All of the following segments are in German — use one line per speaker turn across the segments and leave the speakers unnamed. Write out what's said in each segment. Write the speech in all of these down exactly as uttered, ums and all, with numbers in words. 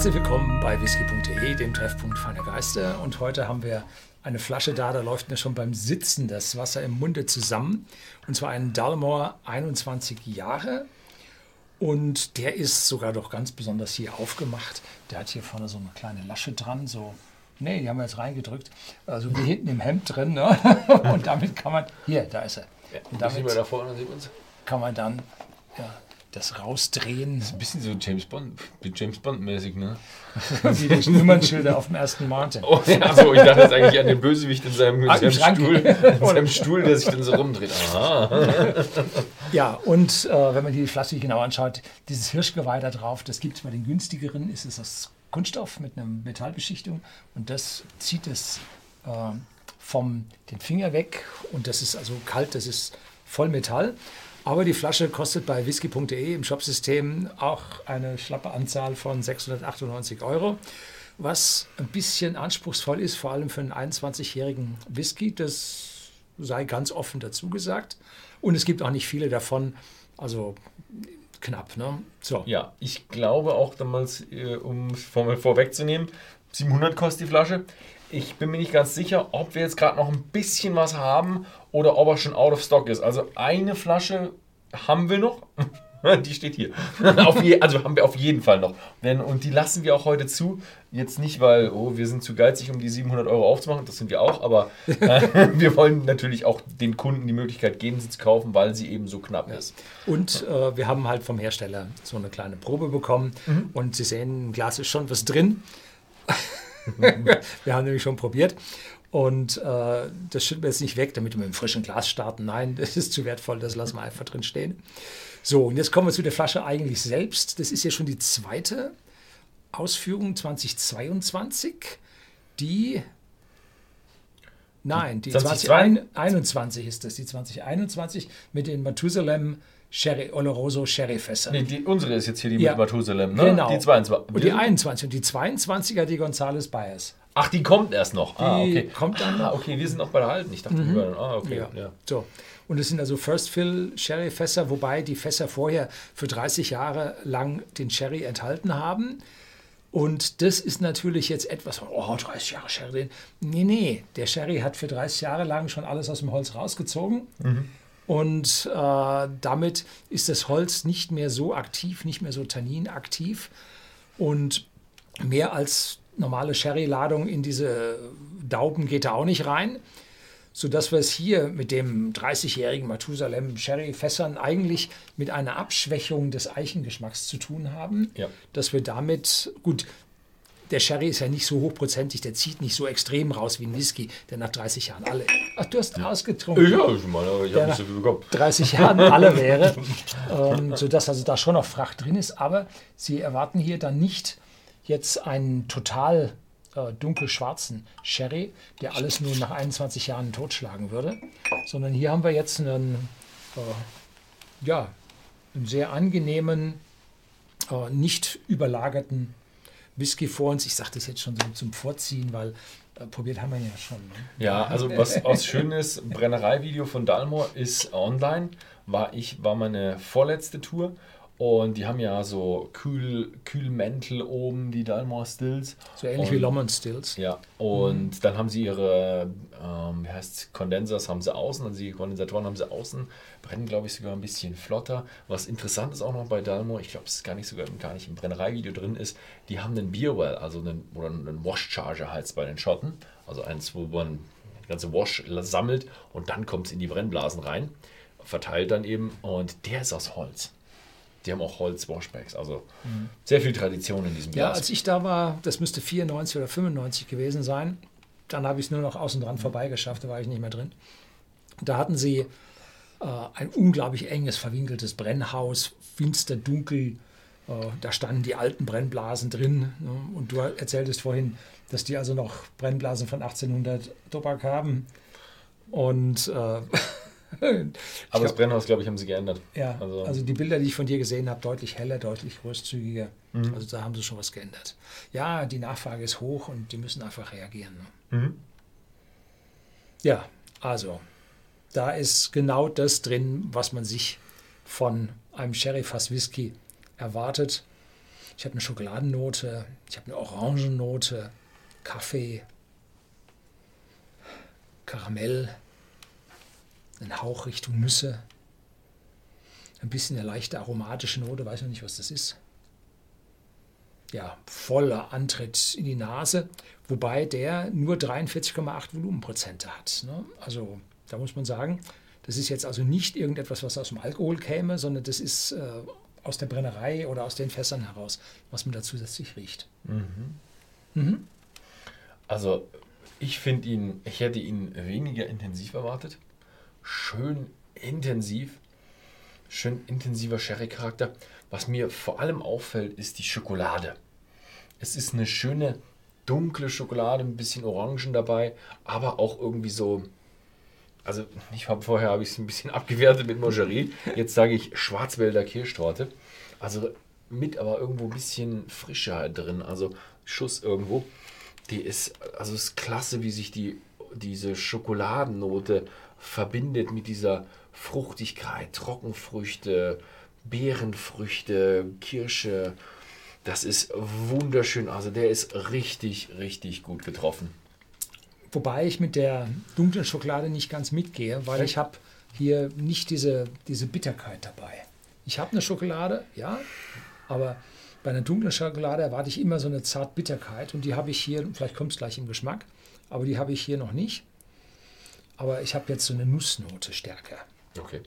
Herzlich willkommen bei whisky punkt de, dem Treffpunkt feiner Geister. Und heute haben wir eine Flasche da, da läuft mir schon beim Sitzen das Wasser im Munde zusammen. Und zwar einen Dalmore einundzwanzig Jahre. Und der ist sogar doch ganz besonders hier aufgemacht. Der hat hier vorne so eine kleine Lasche dran, so... Nee, die haben wir jetzt reingedrückt. Also wie hinten im Hemd drin. Ne? Und damit kann man... Hier, da ist er.
Ja,
und damit
da vorne, sieht man's.
kann man dann ja, das rausdrehen.
Das ist ein bisschen so James Bond, James Bond-mäßig, ne?
Wie die Nummernschilder auf dem ersten Mountain.
Oh, ja, also ich dachte jetzt eigentlich an den Bösewicht in seinem, in
Ah,
seinem,
im
Stuhl, in seinem Stuhl, der sich dann so rumdreht. Aha.
Ja, und äh, wenn man die Flasche genau anschaut, dieses Hirschgeweih da drauf, das gibt es bei den günstigeren, ist es aus Kunststoff mit einer Metallbeschichtung und das zieht es äh, vom den Finger weg und das ist also kalt, das ist voll Metall. Aber die Flasche kostet bei whisky punkt de im Shopsystem auch eine schlappe Anzahl von sechshundertachtundneunzig Euro, was ein bisschen anspruchsvoll ist, vor allem für einen einundzwanzigjährigen Whisky. Das sei ganz offen dazu gesagt. Und es gibt auch nicht viele davon, also knapp. Ne? So.
Ja, ich glaube auch damals, um es vor, vorwegzunehmen, siebenhundert kostet die Flasche. Ich bin mir nicht ganz sicher, ob wir jetzt gerade noch ein bisschen was haben oder ob er schon out of stock ist. Also eine Flasche haben wir noch. Die steht hier. auf je, also haben wir auf jeden Fall noch. Denn, und die lassen wir auch heute zu. Jetzt nicht, weil oh, wir sind zu geizig, um die siebenhundert Euro aufzumachen. Das sind wir auch. Aber äh, wir wollen natürlich auch den Kunden die Möglichkeit geben, sie zu kaufen, weil sie eben so knapp ist.
Und äh, wir haben halt vom Hersteller so eine kleine Probe bekommen. Mhm. Und Sie sehen, im Glas ist schon was drin. Wir haben nämlich schon probiert. Und äh, das schütten wir jetzt nicht weg, damit wir mit einem frischen Glas starten. Nein, das ist zu wertvoll, das lassen wir einfach drin stehen. So, und jetzt kommen wir zu der Flasche eigentlich selbst. Das ist ja schon die zweite Ausführung zweitausendzweiundzwanzig. Die, nein, die zwanzig einundzwanzig ist das, die zwanzig einundzwanzig mit den Mathusalem Sherry, Oloroso Sherry Fässer.
Nee, die, unsere ist jetzt hier die
ja,
mit Mathusalem, ne?
Genau.
Die zweiundzwanzig.
Und die einundzwanzig und die zweiundzwanziger die Gonzales Baez.
Ach, die kommt erst noch.
Die
ah, okay.
kommt dann
ah,
noch.
okay, wir sind noch bei der alten. Ich dachte,
Mhm.
wir waren, ah, okay.
Ja.
Ja.
So. Und es sind also First Fill Sherry Fässer, wobei die Fässer vorher für dreißig Jahre lang den Sherry enthalten haben. Und das ist natürlich jetzt etwas, oh, dreißig Jahre Sherry. Nee, nee, der Sherry hat für dreißig Jahre lang schon alles aus dem Holz rausgezogen. Mhm. Und äh, damit ist das Holz nicht mehr so aktiv, nicht mehr so tanninaktiv. Und mehr als normale Sherry-Ladung in diese Dauben geht da auch nicht rein. Sodass wir es hier mit dem dreißigjährigen Mathusalem Sherry-Fässern eigentlich mit einer Abschwächung des Eichengeschmacks zu tun haben. Ja. Dass wir damit, gut, der Sherry ist ja nicht so hochprozentig, der zieht nicht so extrem raus wie ein Whisky, der nach dreißig Jahren alle... Ach, du hast ja ausgetrunken.
Ja, ich meine, aber ich habe nicht so viel bekommen.
dreißig Jahren alle wäre, ähm, sodass also da schon noch Fracht drin ist. Aber Sie erwarten hier dann nicht jetzt einen total äh, dunkelschwarzen Sherry, der alles nur nach einundzwanzig Jahren totschlagen würde, sondern hier haben wir jetzt einen, äh, ja, einen sehr angenehmen, äh, nicht überlagerten Whisky vor uns. Ich sage das jetzt schon so zum Vorziehen, weil äh, probiert haben wir ja schon. Ne?
Ja, also was auch schön ist, Brennereivideo von Dalmore ist online. War ich, war meine vorletzte Tour. Und die haben ja so Kühl, Kühlmäntel oben, die Dalmore Stills.
So ähnlich
und,
wie Lomond Stills.
Ja, und mhm. dann haben sie ihre, ähm, wie heißt Condensers haben sie außen, also die Kondensatoren haben sie außen, brennen glaube ich sogar ein bisschen flotter. Was interessant ist auch noch bei Dalmore, ich glaube es ist gar nicht sogar gar nicht im Brennereivideo drin ist, die haben einen Beerwell, also einen, oder einen Wash Charger halt bei den Schotten. Also eins, wo man die ganze Wash sammelt und dann kommt es in die Brennblasen rein, verteilt dann eben und der ist aus Holz. Die haben auch Holz-Washbacks, also mhm. sehr viel Tradition in diesem Glas.
Ja, als ich da war, das müsste vierundneunzig oder fünfundneunzig gewesen sein, dann habe ich es nur noch außen dran vorbeigeschafft, da war ich nicht mehr drin. Da hatten sie äh, ein unglaublich enges, verwinkeltes Brennhaus, finster, dunkel, äh, da standen die alten Brennblasen drin. Ne? Und du erzähltest vorhin, dass die also noch Brennblasen von achtzehnhundert Tobak haben. Und... Äh,
Aber glaub, das Brennhaus, glaube ich, haben sie geändert.
Ja, also, also die Bilder, die ich von dir gesehen habe, deutlich heller, deutlich großzügiger. Mhm. Also da haben sie schon was geändert. Ja, die Nachfrage ist hoch und die müssen einfach reagieren. Ne? Mhm. Ja, also da ist genau das drin, was man sich von einem Sherry-Fass Whisky erwartet. Ich habe eine Schokoladennote, ich habe eine Orangennote, Kaffee, Karamell, einen Hauch Richtung Nüsse, ein bisschen eine leichte aromatische Note, weiß noch nicht, was das ist. Ja, voller Antritt in die Nase, wobei der nur dreiundvierzig Komma acht Volumenprozente hat. Ne? Also da muss man sagen, das ist jetzt also nicht irgendetwas, was aus dem Alkohol käme, sondern das ist äh, aus der Brennerei oder aus den Fässern heraus, was man da zusätzlich riecht.
Mhm.
Mhm.
Also ich finde ihn, ich hätte ihn weniger intensiv erwartet. Schön intensiv, schön intensiver Sherry-Charakter. Was mir vor allem auffällt, ist die Schokolade. Es ist eine schöne, dunkle Schokolade, ein bisschen Orangen dabei, aber auch irgendwie so, also ich habe vorher habe ich es ein bisschen abgewertet mit Mangerie, jetzt sage ich Schwarzwälder Kirschtorte. Also mit aber irgendwo ein bisschen Frische drin, also Schuss irgendwo. Die ist, also es ist klasse, wie sich die, diese Schokoladennote verbindet mit dieser Fruchtigkeit, Trockenfrüchte, Beerenfrüchte, Kirsche. Das ist wunderschön. Also der ist richtig, richtig gut getroffen.
Wobei ich mit der dunklen Schokolade nicht ganz mitgehe, weil
Echt?
ich habe hier nicht diese, diese Bitterkeit dabei. Ich habe eine Schokolade, ja, aber bei einer dunklen Schokolade erwarte ich immer so eine Zartbitterkeit und die habe ich hier, vielleicht kommt es gleich im Geschmack, aber die habe ich hier noch nicht. Aber ich habe jetzt so eine Nussnote stärker.
Okay.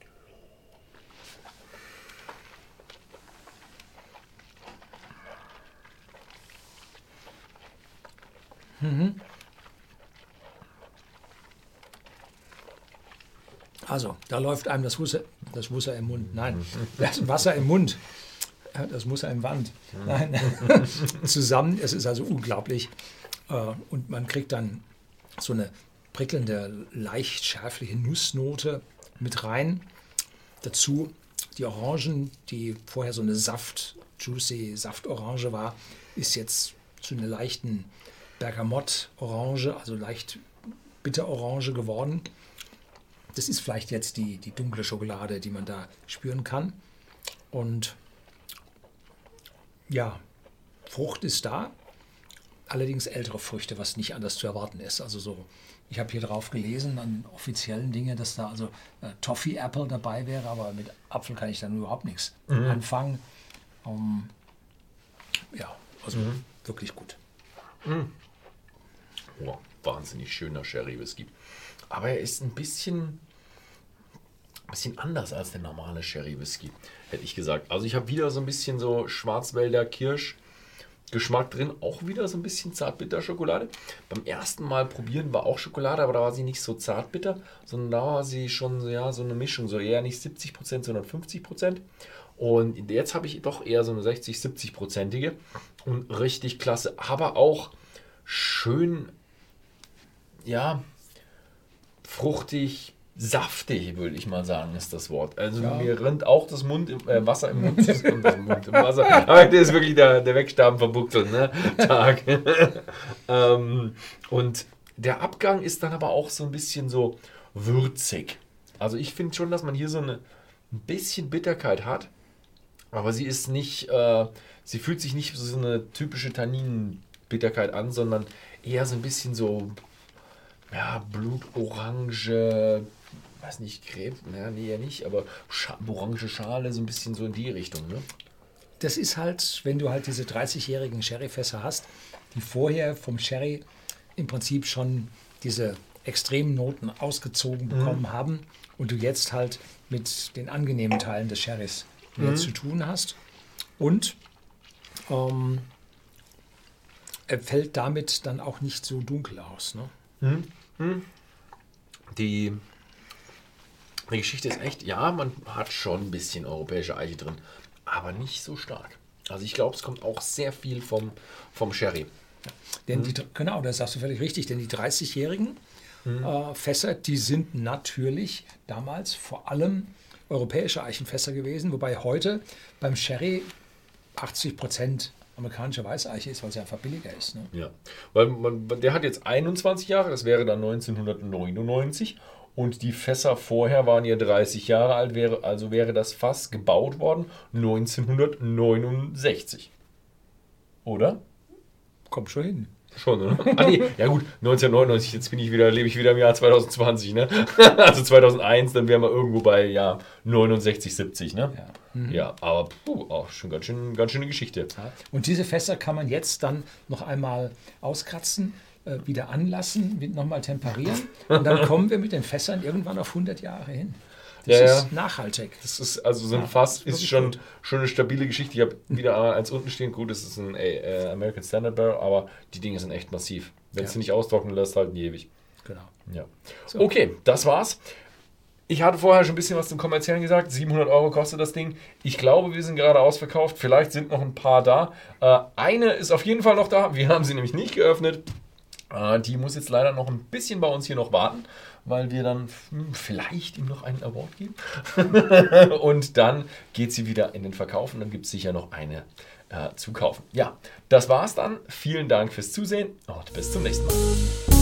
Mhm. Also, da läuft einem das Wasser, das Wasser im Mund. Nein, das Wasser im Mund. Das muss im Wand. Nein, zusammen. Es ist also unglaublich. Und man kriegt dann so eine prickelnde, leicht schärfliche Nussnote mit rein. Dazu die Orangen, die vorher so eine Saft, juicy Saftorange war, ist jetzt zu einer leichten Bergamott-Orange, also leicht Bitterorange geworden. Das ist vielleicht jetzt die, die dunkle Schokolade, die man da spüren kann. Und ja, Frucht ist da, allerdings ältere Früchte, was nicht anders zu erwarten ist. Also so, ich habe hier drauf gelesen an offiziellen Dingen, dass da also äh, Toffee Apple dabei wäre, aber mit Apfel kann ich dann überhaupt nichts
Mhm.
anfangen. Um, ja, also
Mhm.
wirklich gut.
Oh, wahnsinnig schöner Sherry-Whisky. Aber er ist ein bisschen, ein bisschen anders als der normale Sherry-Whisky, hätte ich gesagt. Also ich habe wieder so ein bisschen so Schwarzwälder Kirsch-Geschmack drin. Auch wieder so ein bisschen Zartbitter-Schokolade. Beim ersten Mal probieren war auch Schokolade, aber da war sie nicht so zartbitter, sondern da war sie schon so, ja, so eine Mischung. So eher nicht siebzig Prozent, sondern fünfzig Prozent. Und jetzt habe ich doch eher so eine sechzig, siebzig-prozentige. Und richtig klasse. Aber auch schön, ja, fruchtig, saftig, würde ich mal sagen, ist das Wort. Also
Ja.
mir rinnt auch das Mund, im- äh, Wasser im Mund. Das Mund im Wasser. Aber der ist wirklich der, der Wegstaben verbuchteln, ne? Tag. ähm, und der Abgang ist dann aber auch so ein bisschen so würzig. Also ich finde schon, dass man hier so eine, ein bisschen Bitterkeit hat, aber sie ist nicht, äh, sie fühlt sich nicht so eine typische Tanninbitterkeit an, sondern eher so ein bisschen so, ja, Blutorange, weiß nicht, Krebs, naja, nee, ja nicht, aber Scha orange Schale, so ein bisschen so in die Richtung, ne?
Das ist halt, wenn du halt diese dreißigjährigen Sherryfässer hast, die vorher vom Sherry im Prinzip schon diese extremen Noten ausgezogen bekommen haben und du jetzt halt mit den angenehmen Teilen des Sherrys mehr
Mhm.
zu tun hast. Und ähm, er fällt damit dann auch nicht so dunkel aus. Ne?
Die, die Geschichte ist echt, ja, man hat schon ein bisschen europäische Eiche drin, aber nicht so stark. Also ich glaube, es kommt auch sehr viel vom, vom Sherry.
Denn die, genau, das sagst du völlig richtig, denn die dreißigjährigen äh, Fässer, die sind natürlich damals vor allem europäische Eichenfässer gewesen, wobei heute beim Sherry achtzig Prozent amerikanische Weißeiche ist, weil es ja einfach billiger ist. Ne?
Ja, weil man, der hat jetzt einundzwanzig Jahre, das wäre dann neunzehnhundertneunundneunzig und die Fässer vorher waren ja dreißig Jahre alt, wäre, also wäre das Fass gebaut worden neunzehnhundertneunundsechzig. Oder?
Kommt schon hin.
Schon, oder? Ah, nee, ja gut, neunzehnhundertneunundneunzig, jetzt bin ich wieder, lebe ich wieder im Jahr zweitausendzwanzig, ne? Also zweitausendeins, dann wären wir irgendwo bei ja, neunundsechzig, siebzig, ne?
Ja, mhm.
Ja, aber puh, auch schon ganz schön, ganz schöne Geschichte.
Ja. Und diese Fässer kann man jetzt dann noch einmal auskratzen, äh, wieder anlassen, nochmal temperieren und dann kommen wir mit den Fässern irgendwann auf hundert Jahre hin. Das
ja,
ist
ja.
nachhaltig.
Das ist, also so ein
ja,
Fass
ist
ist schon,
gut.
schon eine stabile Geschichte. Ich habe wieder eins unten stehen. Gut, das ist ein äh, American Standard Barrel, aber die Dinge sind echt massiv. Wenn es
Ja.
sie nicht austrocknen lässt, halten die ewig.
Genau.
Ja.
So.
Okay, das war's. Ich hatte vorher schon ein bisschen was zum Kommerziellen gesagt. siebenhundert Euro kostet das Ding. Ich glaube, wir sind gerade ausverkauft. Vielleicht sind noch ein paar da. Äh, eine ist auf jeden Fall noch da. Wir haben sie nämlich nicht geöffnet. Äh, die muss jetzt leider noch ein bisschen bei uns hier noch warten, weil wir dann hm, vielleicht ihm noch einen Award geben. Und dann geht sie wieder in den Verkauf und dann gibt es sicher noch eine äh, zu kaufen. Ja, das war's dann. Vielen Dank fürs Zusehen und bis zum nächsten Mal.